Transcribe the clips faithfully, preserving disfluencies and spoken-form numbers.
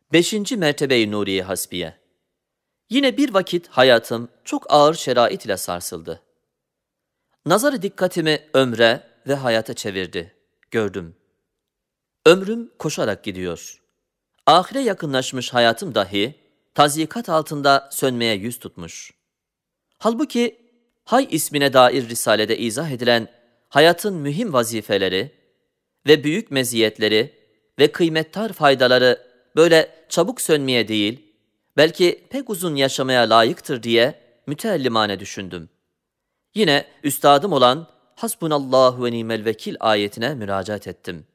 Beşinci mertebe-i Nuriye Hasbiye. Yine bir vakit hayatım çok ağır şerait ile sarsıldı. Nazarı dikkatimi ömre ve hayata çevirdi. Gördüm. Ömrüm koşarak gidiyor. Ahire yakınlaşmış hayatım dahi tazyikat altında sönmeye yüz tutmuş. Halbuki Hay ismine dair risalede izah edilen hayatın mühim vazifeleri ve büyük meziyetleri ve kıymettar faydaları böyle çabuk sönmeye değil, belki pek uzun yaşamaya layıktır diye müteellimane düşündüm. Yine üstadım olan Hasbunallahu ve nimel vekil ayetine müracaat ettim.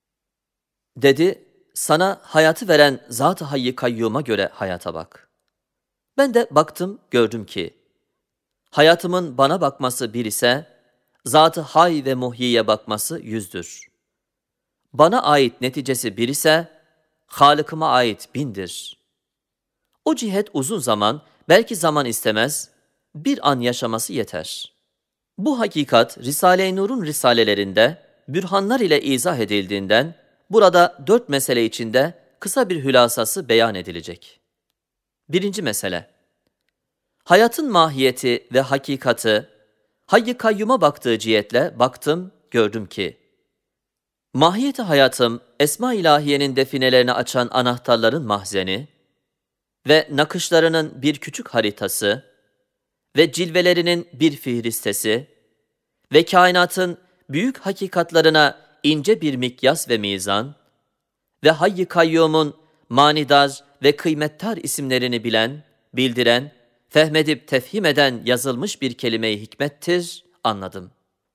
Dedi, sana hayatı veren Zat-ı Hayy-i Kayyum'a göre hayata bak. Ben de baktım, gördüm ki, hayatımın bana bakması bir ise, Zat-ı Hay ve Muhyi'ye bakması yüzdür. Bana ait neticesi bir ise, Halık'ıma ait bindir. O cihet uzun zaman, belki zaman istemez, bir an yaşaması yeter. Bu hakikat, Risale-i Nur'un risalelerinde, bürhanlar ile izah edildiğinden, burada dört mesele içinde kısa bir hülasası beyan edilecek. Birinci mesele. Hayatın mahiyeti ve hakikati, Hayy-i Kayyum'a baktığı cihetle baktım, gördüm ki, mahiyeti hayatım, Esma-i İlahiye'nin definelerini açan anahtarların mahzeni ve nakışlarının bir küçük haritası ve cilvelerinin bir fihristesi ve kainatın büyük hakikatlarına ince bir mikyas ve mizan ve Hayy-i Kayyum'un manidar ve kıymettar isimlerini bilen, bildiren, fehmedip tefhim eden yazılmış bir kelime-i hikmettir, anladım.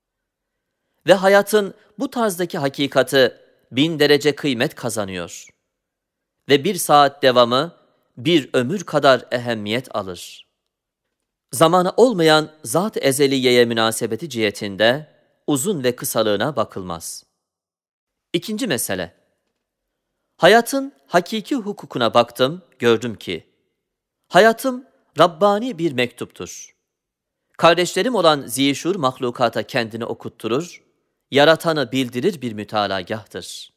Ve hayatın bu tarzdaki hakikati bin derece kıymet kazanıyor. Ve bir saat devamı bir ömür kadar ehemmiyet alır. Zamanı olmayan zat-ı ezeliyeye münasebeti cihetinde uzun ve kısalığına bakılmaz. İkinci mesele. Hayatın hakiki hukukuna baktım, gördüm ki, hayatım Rabbani bir mektuptur. Kardeşlerim olan zişur mahlukata kendini okutturur, yaratanı bildirir bir mütalagahtır.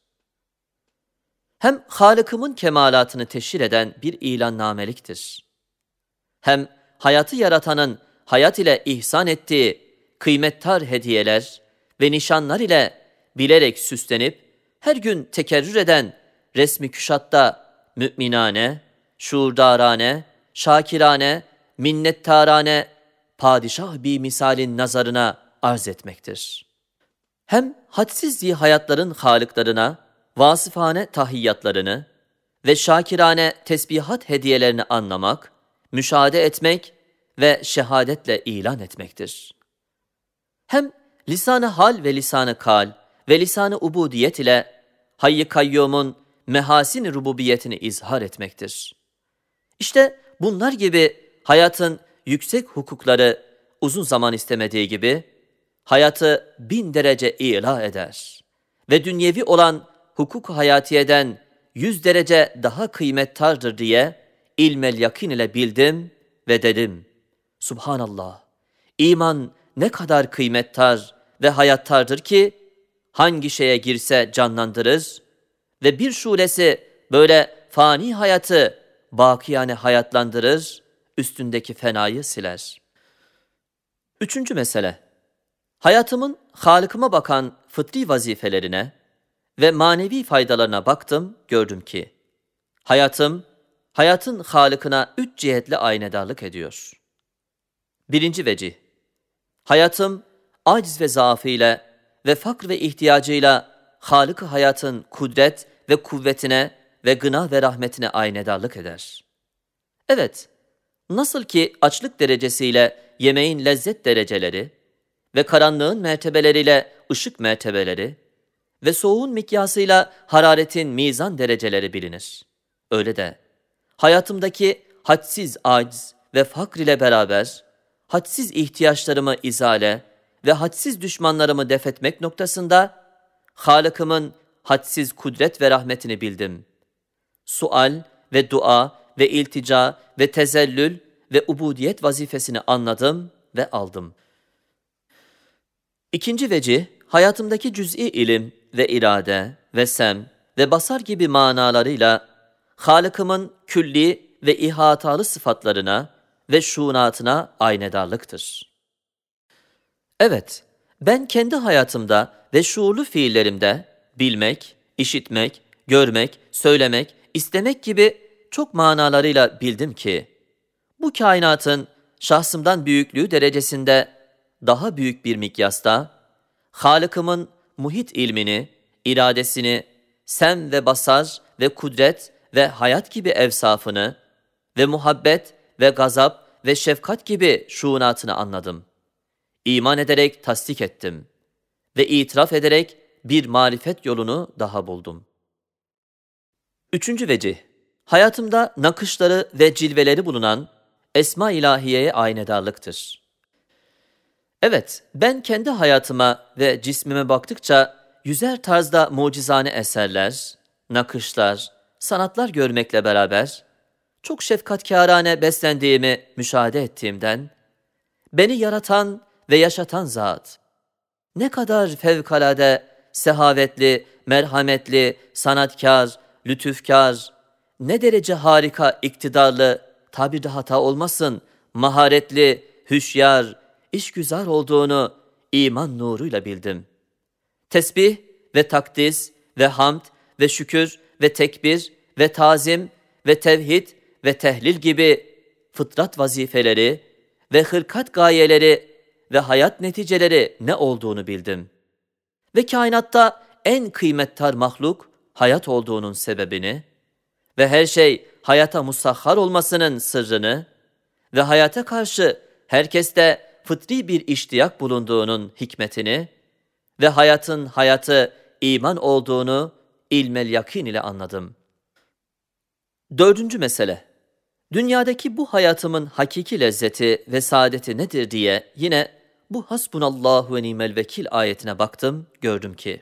Hem Halık'ımın kemalatını teşhir eden bir ilannameliktir. Hem hayatı yaratanın hayat ile ihsan ettiği kıymettar hediyeler ve nişanlar ile bilerek süslenip her gün tekerrür eden resmi küşatta müminane, şuurdarane, şakirane, minnettarane, padişah bir misalin nazarına arz etmektir. Hem hadsiz zihayatların halıklarına, vasıfane tahiyyatlarını ve şakirane tesbihat hediyelerini anlamak, müşahede etmek ve şehadetle ilan etmektir. Hem lisan-ı hal ve lisan-ı kal ve lisan-ı ubudiyet ile Hayy-i Kayyum'un mehasin-i rububiyetini izhar etmektir. İşte bunlar gibi hayatın yüksek hukukları uzun zaman istemediği gibi, hayatı bin derece ila eder ve dünyevi olan hukuk hayatiyeden yüz derece daha kıymettardır diye ilmel yakin ile bildim ve dedim, Subhanallah, iman ne kadar kıymettar ve hayattardır ki, hangi şeye girse canlandırır ve bir şulesi böyle fani hayatı bakiyane hayatlandırır, üstündeki fenayı siler. Üçüncü mesele. Hayatımın Halık'ıma bakan fıtri vazifelerine ve manevi faydalarına baktım, gördüm ki, hayatım, hayatın Halık'ına üç cihetle aynedarlık ediyor. Birinci vecih, hayatım, aciz ve zaafıyla ve fakr ve ihtiyacıyla Halık-ı hayatın kudret ve kuvvetine ve gına ve rahmetine aynedarlık eder. Evet, nasıl ki açlık derecesiyle yemeğin lezzet dereceleri ve karanlığın mertebeleriyle ışık mertebeleri ve soğuğun mikyasıyla hararetin mizan dereceleri bilinir. Öyle de hayatımdaki hadsiz aciz ve fakr ile beraber hadsiz ihtiyaçlarımı izale ve hadsiz düşmanlarımı def etmek noktasında Halık'ımın hadsiz kudret ve rahmetini bildim. Sual ve dua ve iltica ve tezellül ve ubudiyet vazifesini anladım ve aldım. İkinci vecih, hayatımdaki cüz'i ilim ve irade ve sem ve basar gibi manalarıyla Halık'ımın külli ve ihatalı sıfatlarına ve şuunatına aynedarlıktır. Evet, ben kendi hayatımda ve şuurlu fiillerimde bilmek, işitmek, görmek, söylemek, istemek gibi çok manalarıyla bildim ki, bu kainatın şahsımdan büyüklüğü derecesinde daha büyük bir mikyasta, Halık'ımın muhit ilmini, iradesini, sem ve basar ve kudret ve hayat gibi evsafını ve muhabbet ve gazap ve şefkat gibi şuunatını anladım. İman ederek tasdik ettim ve itiraf ederek bir marifet yolunu daha buldum. Üçüncü vecih, hayatımda nakışları ve cilveleri bulunan Esma İlahiye'ye aynedarlıktır. Evet, ben kendi hayatıma ve cismime baktıkça yüzer tarzda mucizane eserler, nakışlar, sanatlar görmekle beraber çok şefkatkârane beslendiğimi müşahede ettiğimden, beni yaratan ve yaşatan zat, ne kadar fevkalade, sehavetli, merhametli, sanatkar, lütufkar, ne derece harika, iktidarlı, tabirde hata olmasın, maharetli, hüşyar, işgüzar olduğunu iman nuruyla bildim. Tesbih ve takdis ve hamd ve şükür ve tekbir ve tazim ve tevhid ve tehlil gibi fıtrat vazifeleri ve hırkat gayeleri ve hayat neticeleri ne olduğunu bildim. Ve kainatta en kıymettar mahluk hayat olduğunun sebebini ve her şey hayata musahhar olmasının sırrını ve hayata karşı herkeste fıtri bir iştiyak bulunduğunun hikmetini ve hayatın hayatı iman olduğunu ilmel yakin ile anladım. Dördüncü mesele, dünyadaki bu hayatımın hakiki lezzeti ve saadeti nedir diye yine bu hasbunallahu ve nimel vekil ayetine baktım, gördüm ki,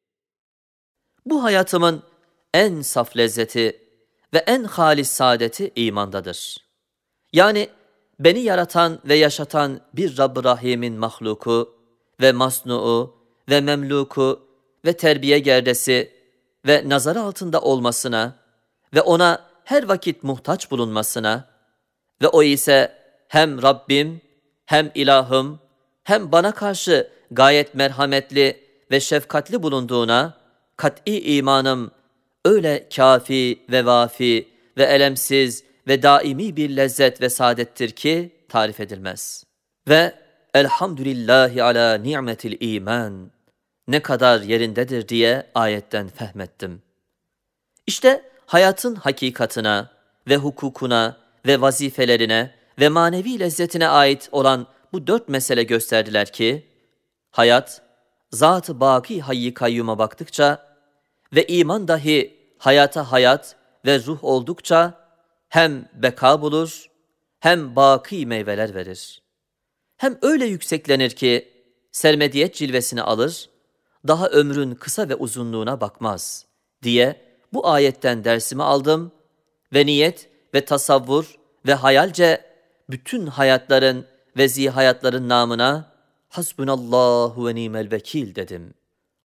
bu hayatımın en saf lezzeti ve en halis saadeti imandadır. Yani beni yaratan ve yaşatan bir Rabb-ı Rahim'in mahluku ve masnuu ve memluku ve terbiye gerdesi ve nazarı altında olmasına ve ona her vakit muhtaç bulunmasına ve o ise hem Rabbim, hem ilahım, hem bana karşı gayet merhametli ve şefkatli bulunduğuna kat'i imanım öyle kafi ve vafi ve elemsiz ve daimi bir lezzet ve saadettir ki tarif edilmez. Ve elhamdülillahi ala ni'metil iman ne kadar yerindedir diye ayetten fehmettim. İşte hayatın hakikatına ve hukukuna ve vazifelerine ve manevi lezzetine ait olan bu dört mesele gösterdiler ki, hayat, zat-ı baki hayy-i kayyuma baktıkça ve iman dahi hayata hayat ve ruh oldukça hem beka bulur, hem baki meyveler verir. Hem öyle yükseklenir ki, sermediyet cilvesini alır, daha ömrün kısa ve uzunluğuna bakmaz diye bu ayetten dersimi aldım ve niyet ve tasavvur ve hayalce bütün hayatların ve zihayatların namına hasbunallahu ve nimel vekil dedim.